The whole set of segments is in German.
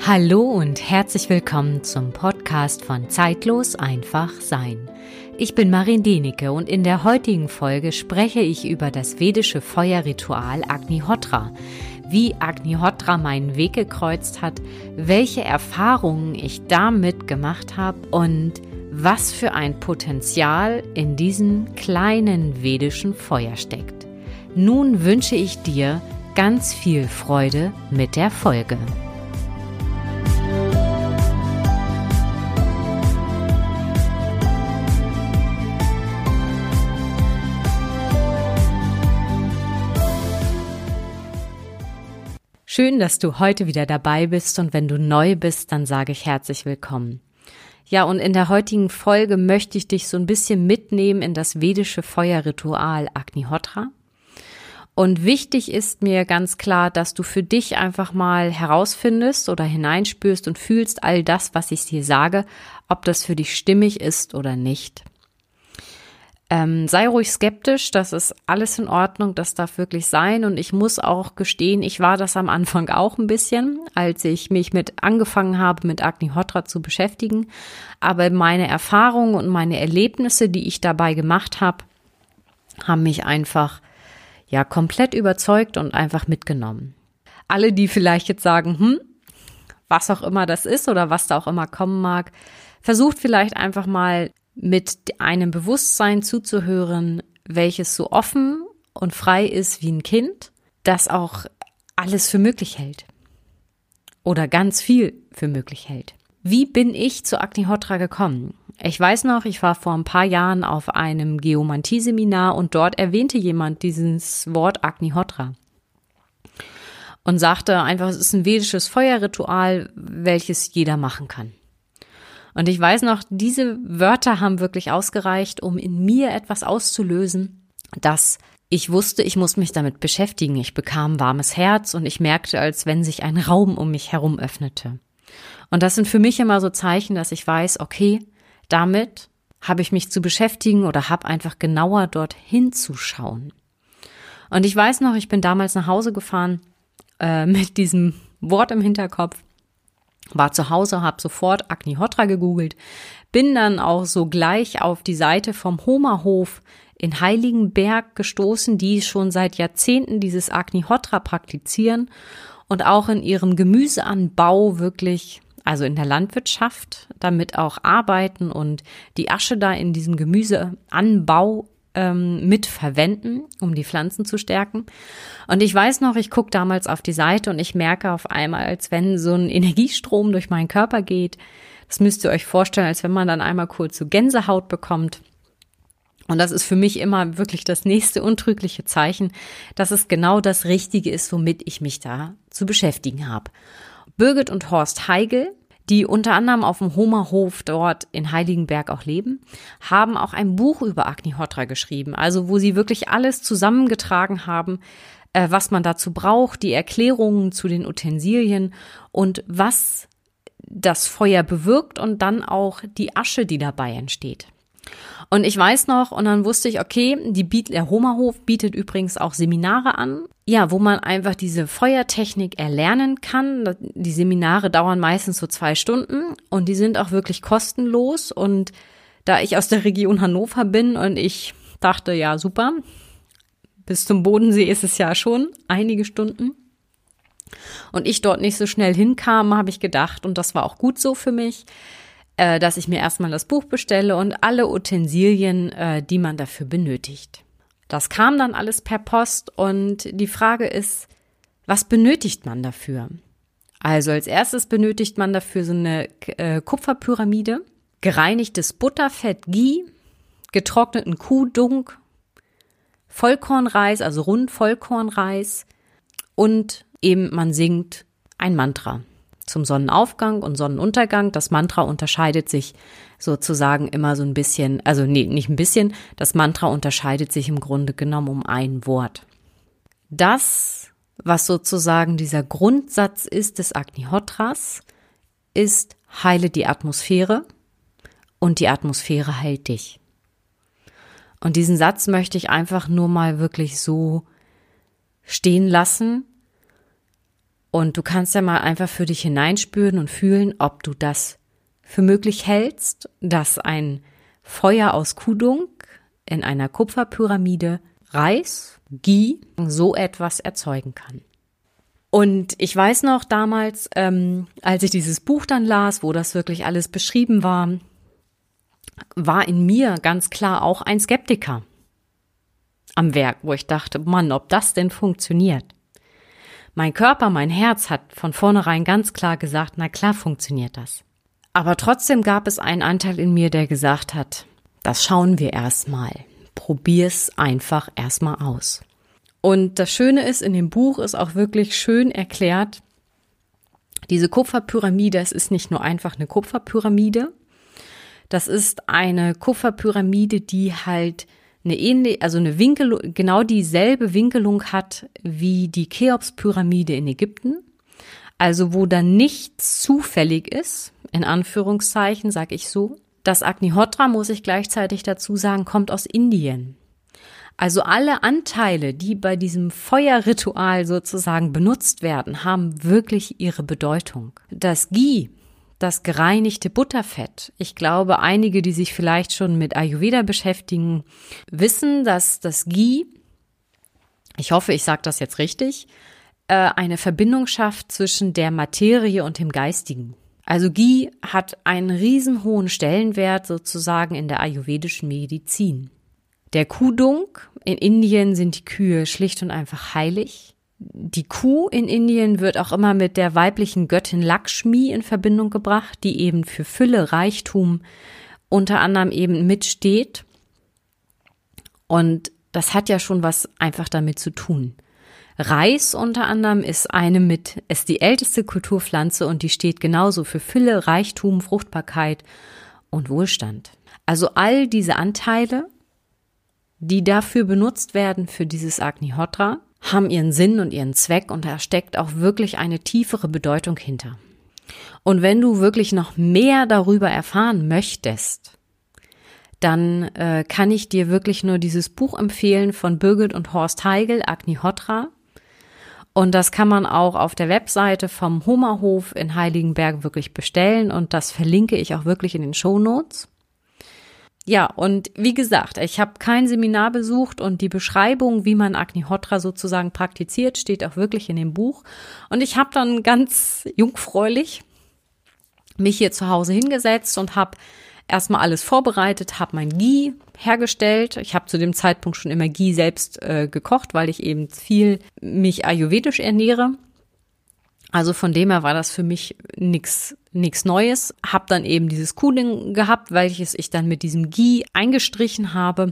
Hallo und herzlich willkommen zum Podcast von Zeitlos einfach sein. Ich bin Marin Denike und in der heutigen Folge spreche ich über das vedische Feuerritual Agnihotra, wie Agnihotra meinen Weg gekreuzt hat, welche Erfahrungen ich damit gemacht habe und was für ein Potenzial in diesem kleinen vedischen Feuer steckt. Nun wünsche ich dir ganz viel Freude mit der Folge. Schön, dass du heute wieder dabei bist und wenn du neu bist, dann sage ich herzlich willkommen. Ja, und in der heutigen Folge möchte ich dich so ein bisschen mitnehmen in das vedische Feuerritual Agnihotra. Und wichtig ist mir ganz klar, dass du für dich einfach mal herausfindest oder hineinspürst und fühlst all das, was ich dir sage, ob das für dich stimmig ist oder nicht. Sei ruhig skeptisch, das ist alles in Ordnung, das darf wirklich sein und ich muss auch gestehen, ich war das am Anfang auch ein bisschen, als ich mich angefangen habe, mit Agnihotra zu beschäftigen, aber meine Erfahrungen und meine Erlebnisse, die ich dabei gemacht habe, haben mich einfach komplett überzeugt und einfach mitgenommen. Alle, die vielleicht jetzt sagen, was auch immer das ist oder was da auch immer kommen mag, versucht vielleicht einfach mal mit einem Bewusstsein zuzuhören, welches so offen und frei ist wie ein Kind, das auch alles für möglich hält oder ganz viel für möglich hält. Wie bin ich zu Agnihotra gekommen? Ich weiß noch, ich war vor ein paar Jahren auf einem Geomantie-Seminar und dort erwähnte jemand dieses Wort Agnihotra und sagte einfach, es ist ein vedisches Feuerritual, welches jeder machen kann. Und ich weiß noch, diese Wörter haben wirklich ausgereicht, um in mir etwas auszulösen, dass ich wusste, ich muss mich damit beschäftigen. Ich bekam ein warmes Herz und ich merkte, als wenn sich ein Raum um mich herum öffnete. Und das sind für mich immer so Zeichen, dass ich weiß, okay, damit habe ich mich zu beschäftigen oder habe einfach genauer dort hinzuschauen. Und ich weiß noch, ich bin damals nach Hause gefahren mit diesem Wort im Hinterkopf. War zu Hause, habe sofort Agnihotra gegoogelt, bin dann auch sogleich auf die Seite vom Homerhof in Heiligenberg gestoßen, die schon seit Jahrzehnten dieses Agnihotra praktizieren und auch in ihrem Gemüseanbau wirklich, also in der Landwirtschaft, damit auch arbeiten und die Asche da in diesem Gemüseanbau mit verwenden, um die Pflanzen zu stärken. Und ich weiß noch, ich gucke damals auf die Seite und ich merke auf einmal, als wenn so ein Energiestrom durch meinen Körper geht. Das müsst ihr euch vorstellen, als wenn man dann einmal kurz so Gänsehaut bekommt. Und das ist für mich immer wirklich das nächste untrügliche Zeichen, dass es genau das Richtige ist, womit ich mich da zu beschäftigen habe. Birgit und Horst Heigl, die unter anderem auf dem Homerhof dort in Heiligenberg auch leben, haben auch ein Buch über Agnihotra geschrieben, also wo sie wirklich alles zusammengetragen haben, was man dazu braucht, die Erklärungen zu den Utensilien und was das Feuer bewirkt und dann auch die Asche, die dabei entsteht. Und ich weiß noch, und dann wusste ich, okay, der Homerhof bietet übrigens auch Seminare an, wo man einfach diese Feuertechnik erlernen kann. Die Seminare dauern meistens so 2 Stunden und die sind auch wirklich kostenlos. Und da ich aus der Region Hannover bin und ich dachte, ja super, bis zum Bodensee ist es ja schon einige Stunden. Und ich dort nicht so schnell hinkam, habe ich gedacht, und das war auch gut so für mich, dass ich mir erstmal das Buch bestelle und alle Utensilien, die man dafür benötigt. Das kam dann alles per Post und die Frage ist, was benötigt man dafür? Also als erstes benötigt man dafür so eine Kupferpyramide, gereinigtes Butterfett, Ghee, getrockneten Kuhdunk, Vollkornreis, also Rundvollkornreis und eben man singt ein Mantra zum Sonnenaufgang und Sonnenuntergang. Das Mantra unterscheidet sich sozusagen immer so ein bisschen, also nicht ein bisschen, das Mantra unterscheidet sich im Grunde genommen um ein Wort. Das, was sozusagen dieser Grundsatz ist des Agnihotras, ist: heile die Atmosphäre und die Atmosphäre heilt dich. Und diesen Satz möchte ich einfach nur mal wirklich so stehen lassen Und du kannst ja mal einfach für dich hineinspüren und fühlen, ob du das für möglich hältst, dass ein Feuer aus Kudung in einer Kupferpyramide Reis, Ghee, so etwas erzeugen kann. Und ich weiß noch damals, als ich dieses Buch dann las, wo das wirklich alles beschrieben war, war in mir ganz klar auch ein Skeptiker am Werk, wo ich dachte, Mann, ob das denn funktioniert. Mein Körper, mein Herz hat von vornherein ganz klar gesagt, na klar funktioniert das. Aber trotzdem gab es einen Anteil in mir, der gesagt hat, das schauen wir erstmal. Probier's einfach erstmal aus. Und das Schöne ist, in dem Buch ist auch wirklich schön erklärt, diese Kupferpyramide, es ist nicht nur einfach eine Kupferpyramide, das ist eine Kupferpyramide, die halt eine Winkelung, genau dieselbe Winkelung hat wie die Cheops-Pyramide in Ägypten. Also wo dann nichts zufällig ist, in Anführungszeichen, sage ich so. Das Agnihotra, muss ich gleichzeitig dazu sagen, kommt aus Indien. Also alle Anteile, die bei diesem Feuerritual sozusagen benutzt werden, haben wirklich ihre Bedeutung. Das Ghee, das gereinigte Butterfett. Ich glaube, einige, die sich vielleicht schon mit Ayurveda beschäftigen, wissen, dass das Ghee, ich hoffe, ich sage das jetzt richtig, eine Verbindung schafft zwischen der Materie und dem Geistigen. Also Ghee hat einen riesenhohen Stellenwert sozusagen in der ayurvedischen Medizin. Der Kudung, in Indien sind die Kühe schlicht und einfach heilig. Die Kuh in Indien wird auch immer mit der weiblichen Göttin Lakshmi in Verbindung gebracht, die eben für Fülle, Reichtum unter anderem eben mitsteht. Und das hat ja schon was einfach damit zu tun. Reis unter anderem ist die älteste Kulturpflanze und die steht genauso für Fülle, Reichtum, Fruchtbarkeit und Wohlstand. Also all diese Anteile, die dafür benutzt werden für dieses Agnihotra, haben ihren Sinn und ihren Zweck und da steckt auch wirklich eine tiefere Bedeutung hinter. Und wenn du wirklich noch mehr darüber erfahren möchtest, dann kann ich dir wirklich nur dieses Buch empfehlen von Birgit und Horst Heigl, Agnihotra. Und das kann man auch auf der Webseite vom Hummerhof in Heiligenberg wirklich bestellen und das verlinke ich auch wirklich in den Shownotes. Ja, und wie gesagt, ich habe kein Seminar besucht und die Beschreibung, wie man Agnihotra sozusagen praktiziert, steht auch wirklich in dem Buch. Und ich habe dann ganz jungfräulich mich hier zu Hause hingesetzt und habe erstmal alles vorbereitet, habe mein Ghee hergestellt. Ich habe zu dem Zeitpunkt schon immer Ghee selbst gekocht, weil ich eben viel mich ayurvedisch ernähre. Also von dem her war das für mich nichts Neues. Hab dann eben dieses Cooling gehabt, welches ich dann mit diesem Ghee eingestrichen habe,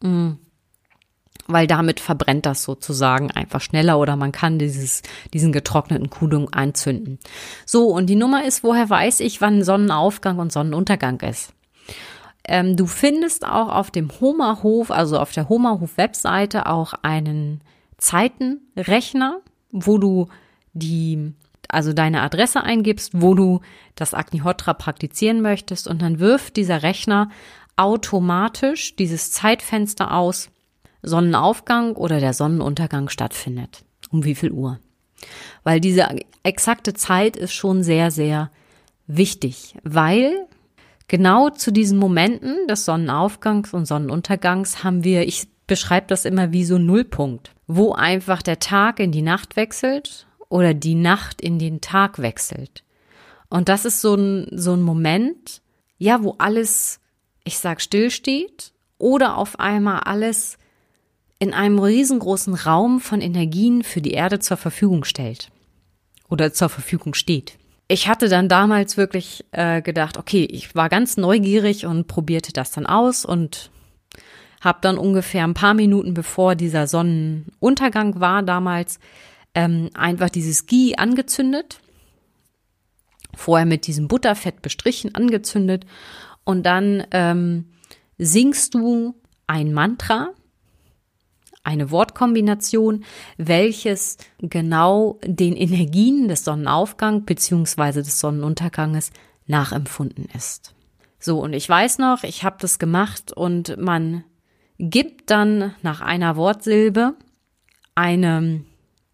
weil damit verbrennt das sozusagen einfach schneller oder man kann diesen getrockneten Cooling anzünden. So, und die Nummer ist, woher weiß ich, wann Sonnenaufgang und Sonnenuntergang ist? Du findest auch auf dem Hummerhof, also auf der Hummerhof-Webseite auch einen Zeitenrechner, wo du deine Adresse eingibst, wo du das Agnihotra praktizieren möchtest und dann wirft dieser Rechner automatisch dieses Zeitfenster aus, Sonnenaufgang oder der Sonnenuntergang stattfindet. Um wie viel Uhr? Weil diese exakte Zeit ist schon sehr, sehr wichtig, weil genau zu diesen Momenten des Sonnenaufgangs und Sonnenuntergangs haben wir, ich beschreibe das immer wie so ein Nullpunkt, wo einfach der Tag in die Nacht wechselt oder die Nacht in den Tag wechselt. Und das ist so ein Moment, ja, wo alles, ich sag, stillsteht oder auf einmal alles in einem riesengroßen Raum von Energien für die Erde zur Verfügung stellt oder zur Verfügung steht. Ich hatte dann damals wirklich gedacht, okay, ich war ganz neugierig und probierte das dann aus und habe dann ungefähr ein paar Minuten bevor dieser Sonnenuntergang war damals einfach dieses Ghee angezündet, vorher mit diesem Butterfett bestrichen, angezündet und dann singst du ein Mantra, eine Wortkombination, welches genau den Energien des Sonnenaufgangs bzw. des Sonnenunterganges nachempfunden ist. So, und ich weiß noch, ich habe das gemacht und man gibt dann nach einer Wortsilbe eine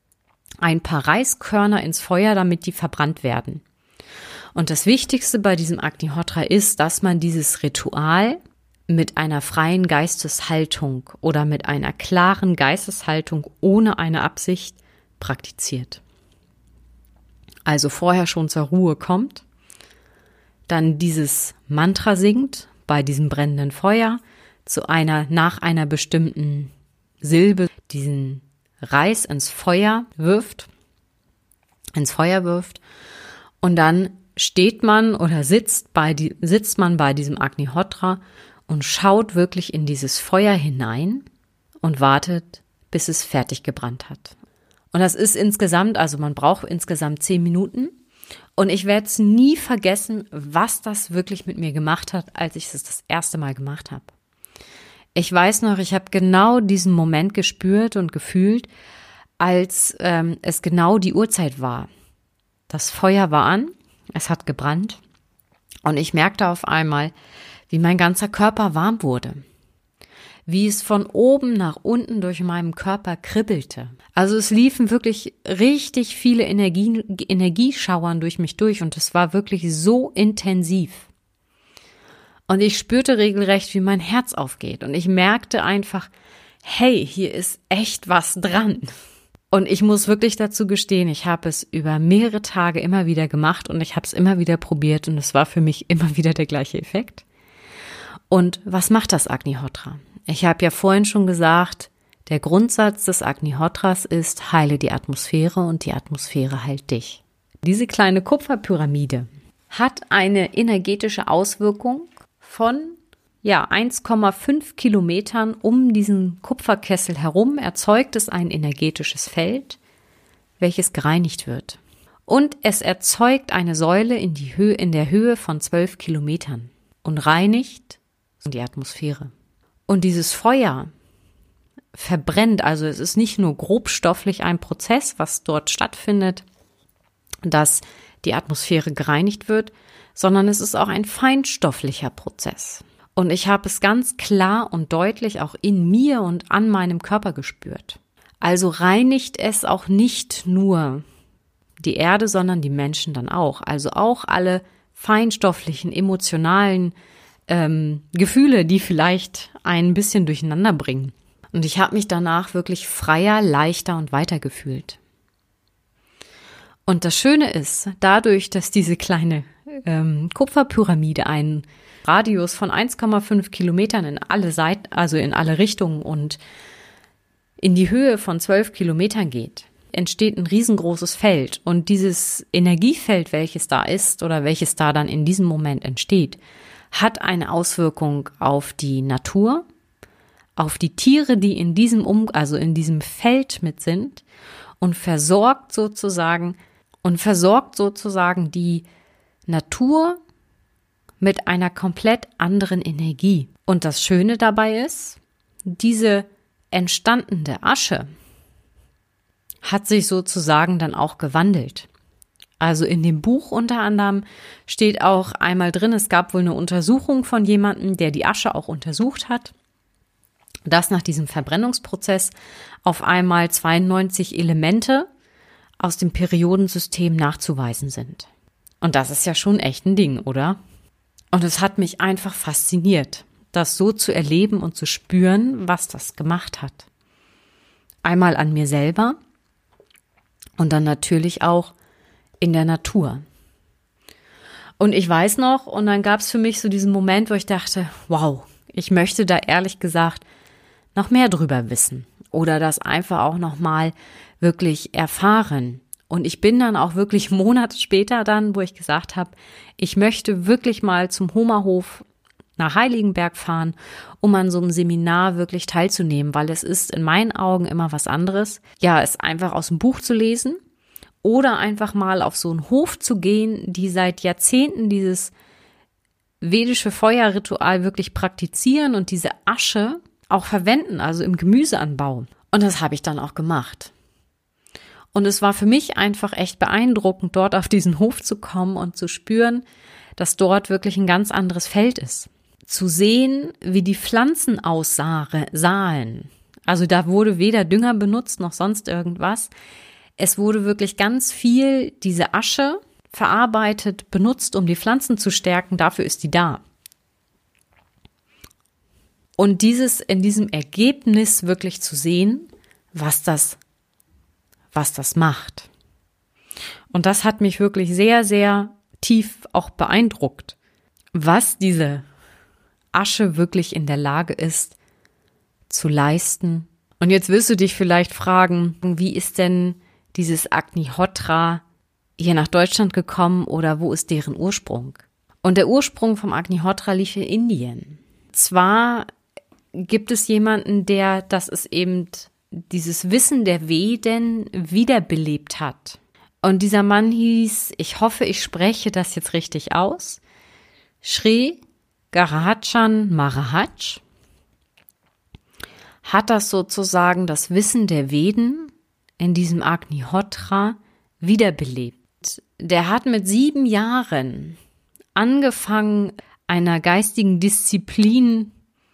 ein paar Reiskörner ins Feuer, damit die verbrannt werden. Und das Wichtigste bei diesem Agnihotra ist, dass man dieses Ritual mit einer freien Geisteshaltung oder mit einer klaren Geisteshaltung ohne eine Absicht praktiziert. Also vorher schon zur Ruhe kommt, dann dieses Mantra singt bei diesem brennenden Feuer, nach einer bestimmten Silbe diesen Reis ins Feuer wirft und dann steht man oder sitzt man bei diesem Agnihotra und schaut wirklich in dieses Feuer hinein und wartet, bis es fertig gebrannt hat. Und das ist insgesamt, also man braucht insgesamt 10 Minuten. Und ich werde es nie vergessen, was das wirklich mit mir gemacht hat, als ich es das erste Mal gemacht habe. Ich weiß noch, ich habe genau diesen Moment gespürt und gefühlt, als es genau die Uhrzeit war. Das Feuer war an, es hat gebrannt und ich merkte auf einmal, wie mein ganzer Körper warm wurde, wie es von oben nach unten durch meinen Körper kribbelte. Also es liefen wirklich richtig viele Energieschauern durch mich durch und es war wirklich so intensiv. Und ich spürte regelrecht, wie mein Herz aufgeht und ich merkte einfach, hey, hier ist echt was dran. Und ich muss wirklich dazu gestehen, ich habe es über mehrere Tage immer wieder gemacht und ich habe es immer wieder probiert und es war für mich immer wieder der gleiche Effekt. Und was macht das Agnihotra? Ich habe ja vorhin schon gesagt, der Grundsatz des Agnihotras ist, heile die Atmosphäre und die Atmosphäre heilt dich. Diese kleine Kupferpyramide hat eine energetische Auswirkung von 1,5 Kilometern um diesen Kupferkessel herum erzeugt es ein energetisches Feld, welches gereinigt wird. Und es erzeugt eine Säule in der Höhe von 12 Kilometern und reinigt die Atmosphäre. Und dieses Feuer verbrennt, also es ist nicht nur grobstofflich ein Prozess, was dort stattfindet, dass die Atmosphäre gereinigt wird, sondern es ist auch ein feinstofflicher Prozess. Und ich habe es ganz klar und deutlich auch in mir und an meinem Körper gespürt. Also reinigt es auch nicht nur die Erde, sondern die Menschen dann auch. Also auch alle feinstofflichen, emotionalen Gefühle, die vielleicht ein bisschen durcheinander bringen. Und ich habe mich danach wirklich freier, leichter und weiter gefühlt. Und das Schöne ist, dadurch, dass diese kleine Kupferpyramide einen Radius von 1,5 Kilometern in alle Seiten, also in alle Richtungen und in die Höhe von 12 Kilometern geht, entsteht ein riesengroßes Feld. Und dieses Energiefeld, welches da ist oder welches da dann in diesem Moment entsteht, hat eine Auswirkung auf die Natur, auf die Tiere, die in diesem Feld mit sind und versorgt sozusagen die Natur mit einer komplett anderen Energie. Und das Schöne dabei ist, diese entstandene Asche hat sich sozusagen dann auch gewandelt. Also in dem Buch unter anderem steht auch einmal drin, es gab wohl eine Untersuchung von jemandem, der die Asche auch untersucht hat, dass nach diesem Verbrennungsprozess auf einmal 92 Elemente aus dem Periodensystem nachzuweisen sind. Und das ist ja schon echt ein Ding, oder? Und es hat mich einfach fasziniert, das so zu erleben und zu spüren, was das gemacht hat. Einmal an mir selber und dann natürlich auch in der Natur. Und ich weiß noch, und dann gab es für mich so diesen Moment, wo ich dachte, wow, ich möchte da ehrlich gesagt noch mehr drüber wissen oder das einfach auch nochmal wirklich erfahren. Und ich bin dann auch wirklich Monate später dann, wo ich gesagt habe, ich möchte wirklich mal zum Homerhof nach Heiligenberg fahren, um an so einem Seminar wirklich teilzunehmen, weil es ist in meinen Augen immer was anderes. Ja, es einfach aus dem Buch zu lesen oder einfach mal auf so einen Hof zu gehen, die seit Jahrzehnten dieses vedische Feuerritual wirklich praktizieren und diese Asche auch verwenden, also im Gemüseanbau. Und das habe ich dann auch gemacht. Und es war für mich einfach echt beeindruckend, dort auf diesen Hof zu kommen und zu spüren, dass dort wirklich ein ganz anderes Feld ist. Zu sehen, wie die Pflanzen aussahen. Also da wurde weder Dünger benutzt noch sonst irgendwas. es wurde wirklich ganz viel diese Asche verarbeitet, benutzt, um die Pflanzen zu stärken. Dafür ist die da. Und in diesem Ergebnis wirklich zu sehen, was das macht. Und das hat mich wirklich sehr, sehr tief auch beeindruckt, was diese Asche wirklich in der Lage ist zu leisten. Und jetzt wirst du dich vielleicht fragen, wie ist denn dieses Agnihotra hier nach Deutschland gekommen oder wo ist deren Ursprung? Und der Ursprung vom Agnihotra liegt in Indien. Zwar gibt es jemanden, das ist eben dieses Wissen der Veden wiederbelebt hat. Und dieser Mann hieß, ich hoffe, ich spreche das jetzt richtig aus, Sri Garahachan Maharaj, hat das sozusagen das Wissen der Veden in diesem Agnihotra wiederbelebt. Der hat mit 7 Jahren angefangen, eine geistige Disziplin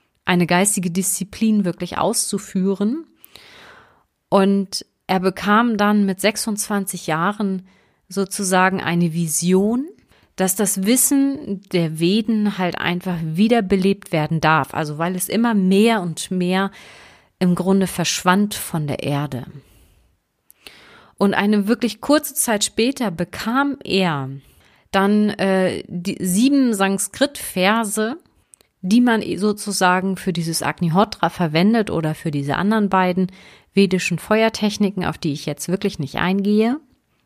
wirklich auszuführen. Und er bekam dann mit 26 Jahren sozusagen eine Vision, dass das Wissen der Veden halt einfach wiederbelebt werden darf. Also weil es immer mehr und mehr im Grunde verschwand von der Erde. Und eine wirklich kurze Zeit später bekam er dann die 7 Sanskrit-Verse, die man sozusagen für dieses Agnihotra verwendet oder für diese anderen beiden vedischen Feuertechniken, auf die ich jetzt wirklich nicht eingehe.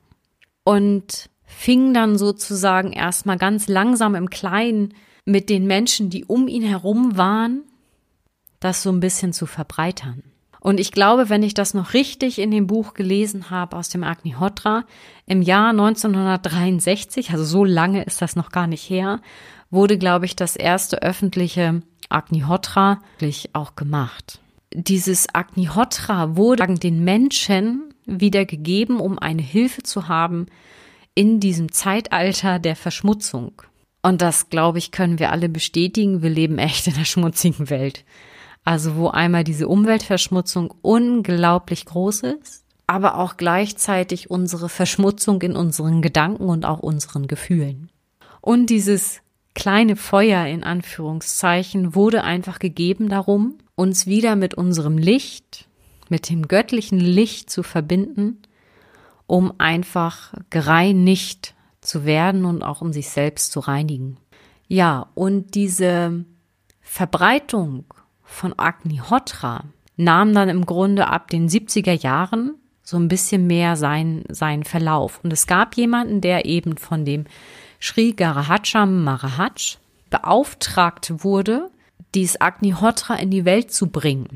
Und fing dann sozusagen erstmal ganz langsam im Kleinen mit den Menschen, die um ihn herum waren, das so ein bisschen zu verbreitern. Und ich glaube, wenn ich das noch richtig in dem Buch gelesen habe aus dem Agnihotra, im Jahr 1963, also so lange ist das noch gar nicht her, wurde, glaube ich, das erste öffentliche Agnihotra wirklich auch gemacht. Dieses Agnihotra wurde den Menschen wieder gegeben, um eine Hilfe zu haben in diesem Zeitalter der Verschmutzung. Und das, glaube ich, können wir alle bestätigen. Wir leben echt in einer schmutzigen Welt. Also wo einmal diese Umweltverschmutzung unglaublich groß ist, aber auch gleichzeitig unsere Verschmutzung in unseren Gedanken und auch unseren Gefühlen. Und dieses kleine Feuer in Anführungszeichen wurde einfach gegeben darum, uns wieder mit unserem Licht, mit dem göttlichen Licht zu verbinden, um einfach gereinigt zu werden und auch um sich selbst zu reinigen. Ja, und diese Verbreitung von Agnihotra nahm dann im Grunde ab den 70er Jahren so ein bisschen mehr seinen Verlauf. Und es gab jemanden, der eben von dem Sri Garahachan Maharaj beauftragt wurde, dieses Agnihotra in die Welt zu bringen.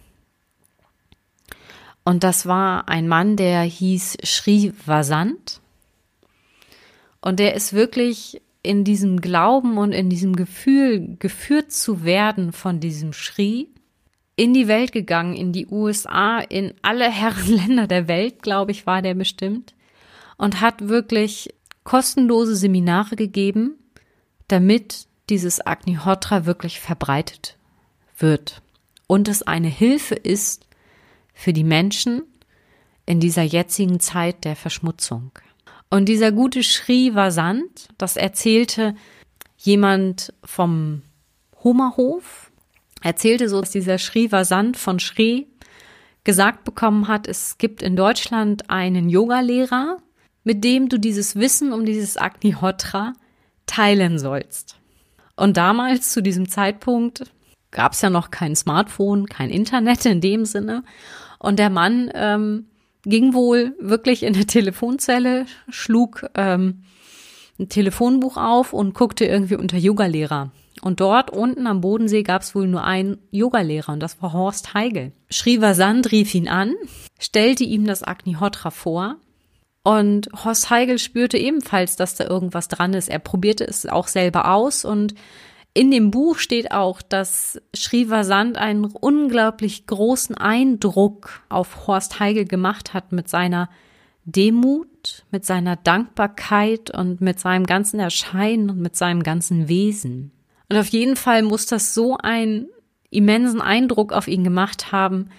Und das war ein Mann, der hieß Sri Vasant. Und der ist wirklich in diesem Glauben und in diesem Gefühl, geführt zu werden von diesem Sri, in die Welt gegangen, in die USA, in alle Herrenländer der Welt, glaube ich, war der bestimmt. Und hat wirklich kostenlose Seminare gegeben, damit dieses Agnihotra wirklich verbreitet wird. Und es eine Hilfe ist für die Menschen in dieser jetzigen Zeit der Verschmutzung. Und dieser gute Sri Vasant, das erzählte jemand vom Homerhof, erzählte so, dass dieser Sri Vasant von Sri gesagt bekommen hat, es gibt in Deutschland einen Yogalehrer, mit dem du dieses Wissen um dieses Agnihotra teilen sollst. Und damals, zu diesem Zeitpunkt, gab es ja noch kein Smartphone, kein Internet in dem Sinne. Und der Mann ging wohl wirklich in eine Telefonzelle, schlug ein Telefonbuch auf und guckte irgendwie unter Yogalehrer. Und dort unten am Bodensee gab es wohl nur einen Yogalehrer und das war Horst Heigl. Sri Vasant rief ihn an, stellte ihm das Agnihotra vor und Horst Heigl spürte ebenfalls, dass da irgendwas dran ist. Er probierte es auch selber aus und in dem Buch steht auch, dass Sri Vasant einen unglaublich großen Eindruck auf Horst Heigl gemacht hat mit seiner Demut, mit seiner Dankbarkeit und mit seinem ganzen Erscheinen und mit seinem ganzen Wesen. Und auf jeden Fall muss das so einen immensen Eindruck auf ihn gemacht haben,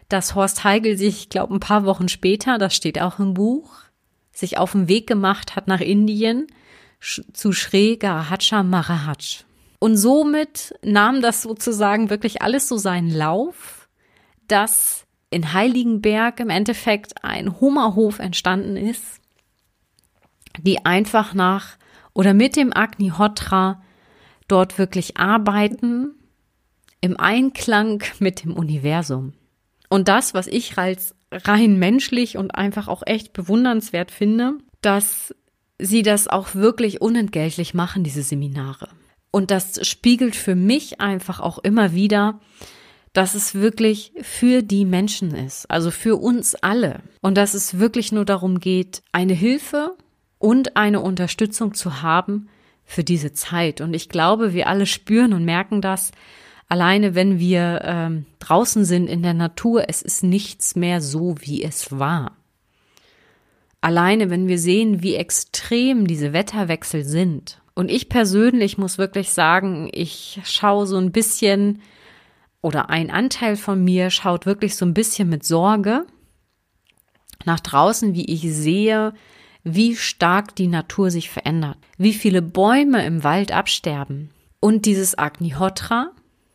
dass Horst Heigl sich, ich glaube, ein paar Wochen später, das steht auch im Buch, sich auf den Weg gemacht hat nach Indien zu Sri Garahaja Maharaj. Und somit nahm das sozusagen wirklich alles so seinen Lauf, dass in Heiligenberg im Endeffekt ein Hummerhof entstanden ist, die einfach nach oder mit dem Agnihotra dort wirklich arbeiten, im Einklang mit dem Universum. Und das, was ich als rein menschlich und einfach auch echt bewundernswert finde, dass sie das auch wirklich unentgeltlich machen, diese Seminare. Und das spiegelt für mich einfach auch immer wieder, dass es wirklich für die Menschen ist, also für uns alle. Und dass es wirklich nur darum geht, eine Hilfe und eine Unterstützung zu haben für diese Zeit. Und ich glaube, wir alle spüren und merken das, alleine wenn wir draußen sind in der Natur, es ist nichts mehr so, wie es war. Alleine wenn wir sehen, wie extrem diese Wetterwechsel sind. Und ich persönlich muss wirklich sagen, ich schaue so ein bisschen, oder ein Anteil von mir schaut wirklich so ein bisschen mit Sorge nach draußen, wie ich sehe, wie stark die Natur sich verändert, wie viele Bäume im Wald absterben. Und dieses Agnihotra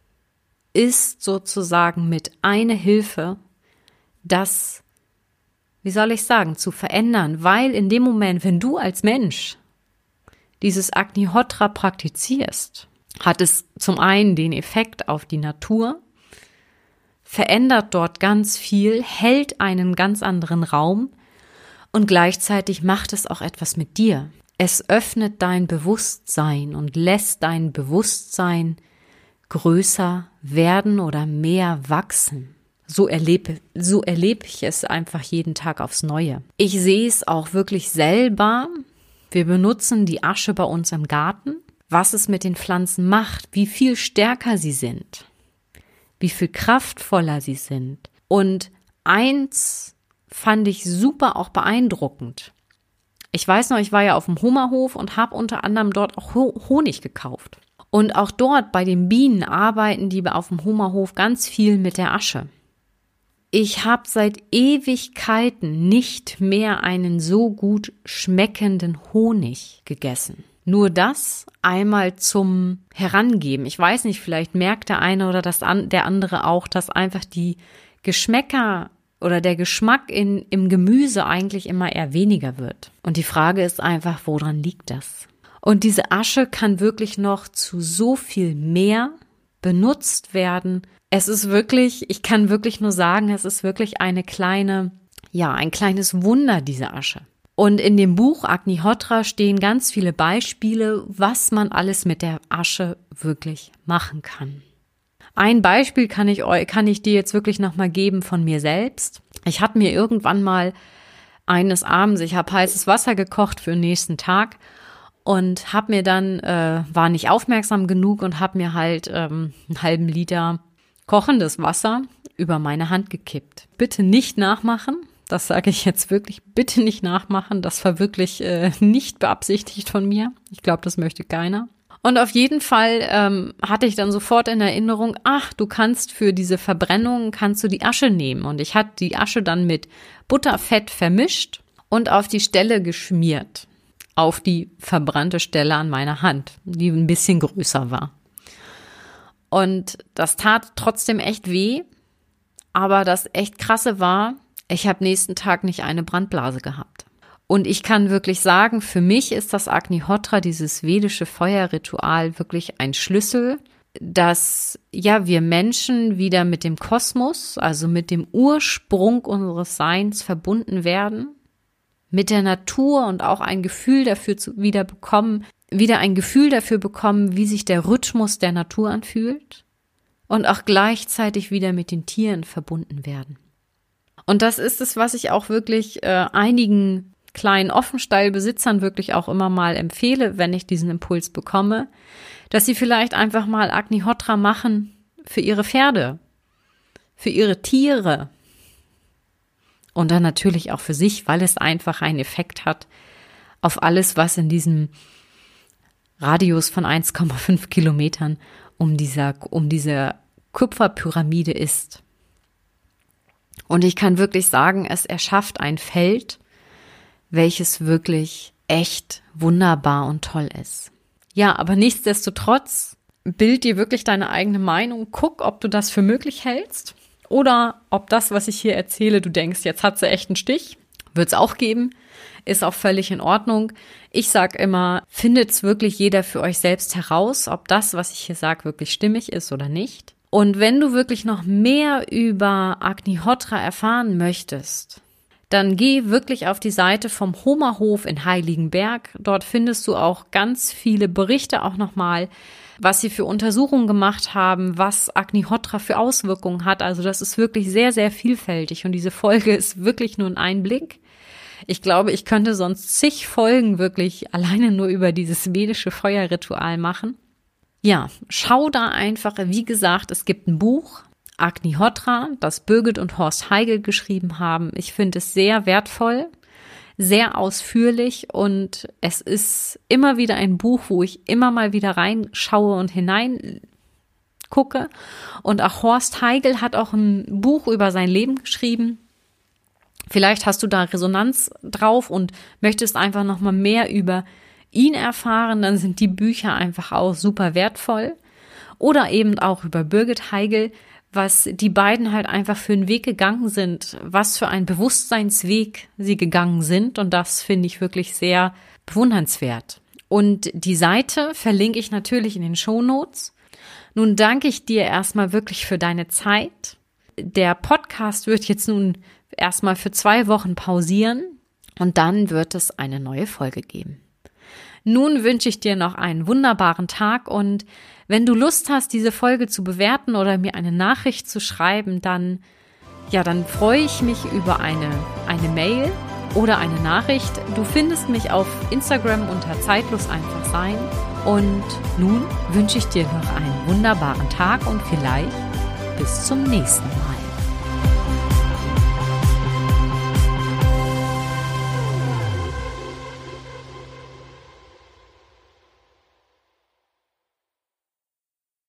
ist sozusagen mit einer Hilfe, das, wie soll ich sagen, zu verändern, weil in dem Moment, wenn du als Mensch dieses Agnihotra praktizierst, hat es zum einen den Effekt auf die Natur, verändert dort ganz viel, hält einen ganz anderen Raum und gleichzeitig macht es auch etwas mit dir. Es öffnet dein Bewusstsein und lässt dein Bewusstsein größer werden oder mehr wachsen. So erlebe ich es einfach jeden Tag aufs Neue. Ich sehe es auch wirklich selber. Wir benutzen die Asche bei uns im Garten. Was es mit den Pflanzen macht, wie viel stärker sie sind, wie viel kraftvoller sie sind. Und eins fand ich super auch beeindruckend. Ich weiß noch, ich war ja auf dem Hummerhof und habe unter anderem dort auch Honig gekauft. Und auch dort bei den Bienen arbeiten die auf dem Hummerhof ganz viel mit der Asche. Ich habe seit Ewigkeiten nicht mehr einen so gut schmeckenden Honig gegessen. Nur das einmal zum Herangeben. Ich weiß nicht, vielleicht merkt der eine oder der andere auch, dass einfach die Geschmäcker oder der Geschmack im Gemüse eigentlich immer eher weniger wird. Und die Frage ist einfach, woran liegt das? Und diese Asche kann wirklich noch zu so viel mehr benutzt werden. Es ist wirklich, ich kann wirklich nur sagen, es ist wirklich ein kleines Wunder, diese Asche. Und in dem Buch Agnihotra stehen ganz viele Beispiele, was man alles mit der Asche wirklich machen kann. Ein Beispiel kann ich dir jetzt wirklich nochmal geben von mir selbst. Ich hatte mir irgendwann mal eines Abends, ich habe heißes Wasser gekocht für den nächsten Tag und habe mir dann, war nicht aufmerksam genug und habe mir halt einen halben Liter kochendes Wasser über meine Hand gekippt. Bitte nicht nachmachen. Das sage ich jetzt wirklich, bitte nicht nachmachen. Das war wirklich nicht beabsichtigt von mir. Ich glaube, das möchte keiner. Und auf jeden Fall hatte ich dann sofort in Erinnerung, du kannst für diese Verbrennung, kannst du die Asche nehmen. Und ich hatte die Asche dann mit Butterfett vermischt und auf die Stelle geschmiert. Auf die verbrannte Stelle an meiner Hand, die ein bisschen größer war. Und das tat trotzdem echt weh. Aber das echt Krasse war, ich habe nächsten Tag nicht eine Brandblase gehabt. Und ich kann wirklich sagen, für mich ist das Agnihotra, dieses vedische Feuerritual, wirklich ein Schlüssel, dass wir Menschen wieder mit dem Kosmos, also mit dem Ursprung unseres Seins verbunden werden, mit der Natur und auch ein Gefühl dafür wieder ein Gefühl dafür bekommen, wie sich der Rhythmus der Natur anfühlt und auch gleichzeitig wieder mit den Tieren verbunden werden. Und das ist es, was ich auch wirklich einigen kleinen Offenstallbesitzern wirklich auch immer mal empfehle, wenn ich diesen Impuls bekomme, dass sie vielleicht einfach mal Agnihotra machen für ihre Pferde, für ihre Tiere und dann natürlich auch für sich, weil es einfach einen Effekt hat auf alles, was in diesem Radius von 1,5 Kilometern um diese Kupferpyramide ist. Und ich kann wirklich sagen, es erschafft ein Feld, welches wirklich echt wunderbar und toll ist. Ja, aber nichtsdestotrotz, bild dir wirklich deine eigene Meinung. Guck, ob du das für möglich hältst oder ob das, was ich hier erzähle, du denkst, jetzt hat sie echt einen Stich. Wird es auch geben. Ist auch völlig in Ordnung. Ich sage immer, findet's wirklich jeder für euch selbst heraus, ob das, was ich hier sage, wirklich stimmig ist oder nicht. Und wenn du wirklich noch mehr über Agnihotra erfahren möchtest, dann geh wirklich auf die Seite vom Homerhof in Heiligenberg. Dort findest du auch ganz viele Berichte auch nochmal, was sie für Untersuchungen gemacht haben, was Agnihotra für Auswirkungen hat. Also das ist wirklich sehr, sehr vielfältig und diese Folge ist wirklich nur ein Einblick. Ich glaube, ich könnte sonst zig Folgen wirklich alleine nur über dieses vedische Feuerritual machen. Ja, schau da einfach, wie gesagt, es gibt ein Buch, Agnihotra, das Birgit und Horst Heigl geschrieben haben. Ich finde es sehr wertvoll, sehr ausführlich und es ist immer wieder ein Buch, wo ich immer mal wieder reinschaue und hineingucke. Und auch Horst Heigl hat auch ein Buch über sein Leben geschrieben. Vielleicht hast du da Resonanz drauf und möchtest einfach noch mal mehr über ihn erfahren, dann sind die Bücher einfach auch super wertvoll. Oder eben auch über Birgit Heigl, was die beiden halt einfach für einen Weg gegangen sind, was für ein Bewusstseinsweg sie gegangen sind. Und das finde ich wirklich sehr bewundernswert. Und die Seite verlinke ich natürlich in den Shownotes. Nun danke ich dir erstmal wirklich für deine Zeit. Der Podcast wird jetzt nun erstmal für 2 Wochen pausieren und dann wird es eine neue Folge geben. Nun wünsche ich dir noch einen wunderbaren Tag und wenn du Lust hast, diese Folge zu bewerten oder mir eine Nachricht zu schreiben, dann freue ich mich über eine Mail oder eine Nachricht. Du findest mich auf Instagram unter Zeitlos einfach sein. Und nun wünsche ich dir noch einen wunderbaren Tag und vielleicht bis zum nächsten Mal.